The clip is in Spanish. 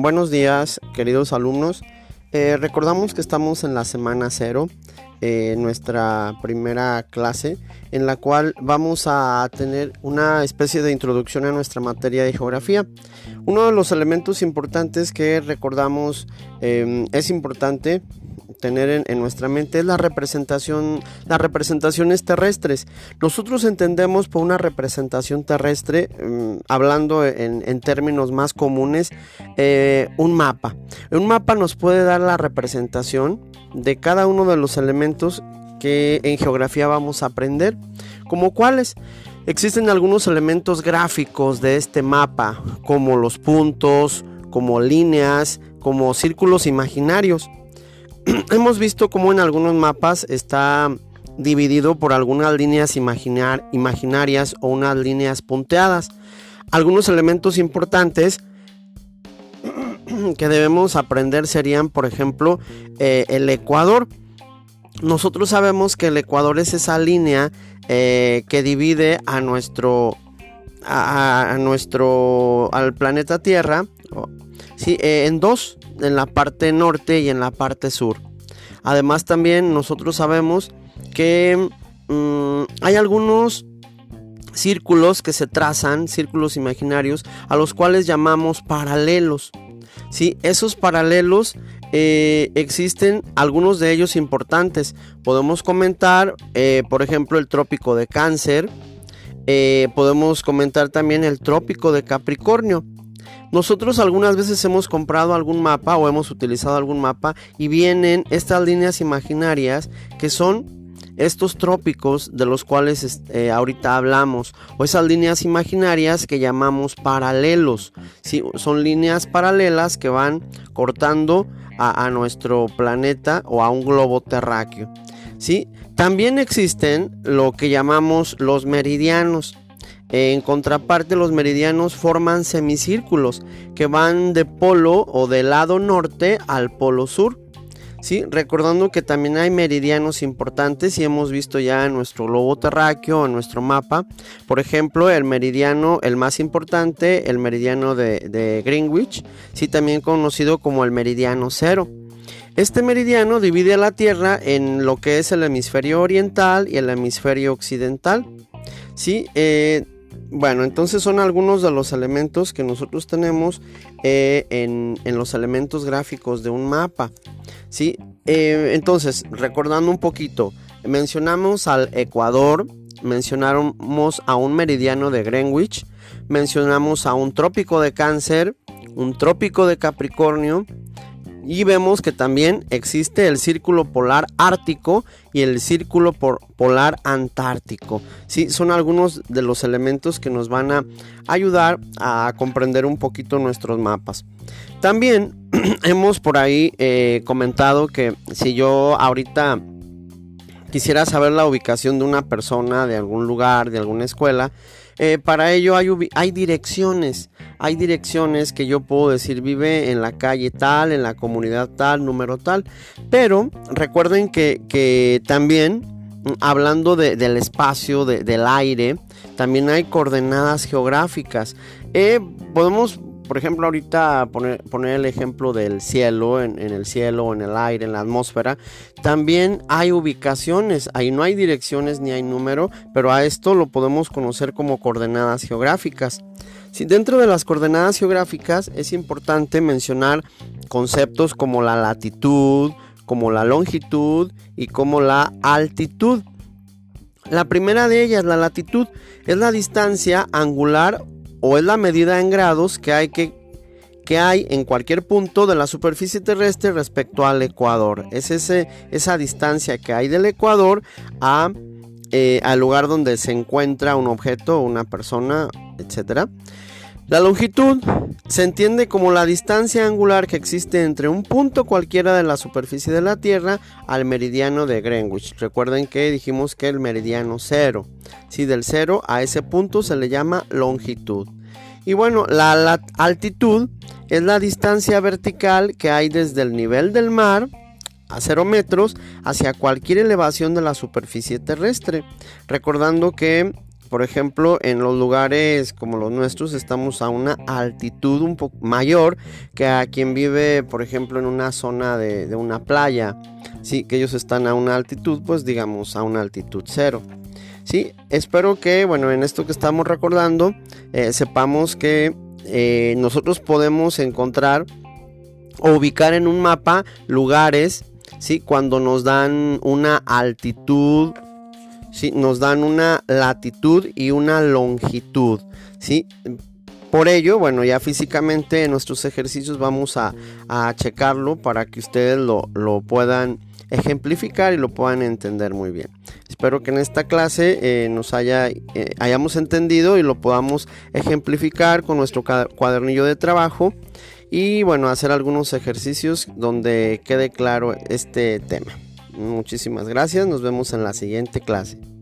Buenos días, queridos alumnos. Recordamos que estamos en la semana 0, nuestra primera clase, en la cual vamos a tener una especie de introducción a nuestra materia de geografía. Uno de los elementos importantes que recordamos es importante tener en nuestra mente es las representaciones terrestres. Nosotros entendemos por una representación terrestre, hablando en términos más comunes, un mapa. Un mapa nos puede dar la representación de cada uno de los elementos que en geografía vamos a aprender. ¿Como cuáles? Existen algunos elementos gráficos de este mapa, como los puntos, como líneas, como círculos imaginarios. Hemos visto cómo en algunos mapas está dividido por algunas líneas imaginarias o unas líneas punteadas. Algunos elementos importantes que debemos aprender serían, por ejemplo, el ecuador. Nosotros sabemos que el ecuador es esa línea que divide al planeta Tierra, sí, en dos, en la parte norte y en la parte sur. Además, también nosotros sabemos que hay algunos círculos que se trazan, círculos imaginarios, a los cuales llamamos paralelos. Sí, esos paralelos existen, algunos de ellos importantes. Podemos comentar, por ejemplo, el trópico de Cáncer. Podemos comentar también el trópico de Capricornio. Nosotros algunas veces hemos comprado algún mapa o hemos utilizado algún mapa y vienen estas líneas imaginarias que son estos trópicos de los cuales ahorita hablamos, o esas líneas imaginarias que llamamos paralelos, ¿sí? Son líneas paralelas que van cortando a nuestro planeta o a un globo terráqueo, ¿sí? También existen lo que llamamos los meridianos. En contraparte, los meridianos forman semicírculos que van de polo o del lado norte al polo sur. ¿Sí? Recordando que también hay meridianos importantes y hemos visto ya en nuestro globo terráqueo, en nuestro mapa, por ejemplo, el meridiano, el más importante, el meridiano de Greenwich, ¿sí? También conocido como el meridiano 0. Este meridiano divide a la Tierra en lo que es el hemisferio oriental y el hemisferio occidental, ¿sí? Bueno, entonces son algunos de los elementos que nosotros tenemos en los elementos gráficos de un mapa, ¿sí? Entonces, recordando un poquito, mencionamos al Ecuador, mencionamos a un meridiano de Greenwich, mencionamos a un trópico de Cáncer, un trópico de Capricornio, y vemos que también existe el círculo polar ártico y el círculo polar antártico. Sí, son algunos de los elementos que nos van a ayudar a comprender un poquito nuestros mapas. También hemos por ahí comentado que si yo ahorita quisiera saber la ubicación de una persona, de algún lugar, de alguna escuela, para ello hay direcciones. Hay direcciones que yo puedo decir vive en la calle tal, en la comunidad tal, número tal. Pero recuerden que también, hablando del espacio, del aire, también hay coordenadas geográficas. Podemos, por ejemplo, ahorita poner el ejemplo del cielo, en el cielo, en el aire, en la atmósfera. También hay ubicaciones, ahí no hay direcciones ni hay número, pero a esto lo podemos conocer como coordenadas geográficas. Sí, dentro de las coordenadas geográficas es importante mencionar conceptos como la latitud, como la longitud y como la altitud. La primera de ellas, la latitud, es la distancia angular o es la medida en grados que hay en cualquier punto de la superficie terrestre respecto al ecuador. Es esa distancia que hay del ecuador al lugar donde se encuentra un objeto, una persona, etc. La longitud se entiende como la distancia angular que existe entre un punto cualquiera de la superficie de la Tierra al meridiano de Greenwich. Recuerden que dijimos que el meridiano 0, ¿sí? Del 0 a ese punto se le llama longitud. Y bueno, la altitud es la distancia vertical que hay desde el nivel del mar a 0 metros hacia cualquier elevación de la superficie terrestre. Recordando que por ejemplo, en los lugares como los nuestros estamos a una altitud un poco mayor que a quien vive, por ejemplo, en una zona de una playa. Sí, que ellos están a una altitud, pues digamos, a una altitud cero. Sí, espero que, bueno, en esto que estamos recordando, sepamos que nosotros podemos encontrar o ubicar en un mapa lugares, ¿sí? Cuando nos dan una altitud, ¿sí? Nos dan una latitud y una longitud, ¿sí? Por ello, bueno, ya físicamente en nuestros ejercicios vamos a checarlo para que ustedes lo puedan ejemplificar y lo puedan entender muy bien. Espero que en esta clase hayamos entendido y lo podamos ejemplificar con nuestro cuadernillo de trabajo y bueno, hacer algunos ejercicios donde quede claro este tema. Muchísimas gracias, nos vemos en la siguiente clase.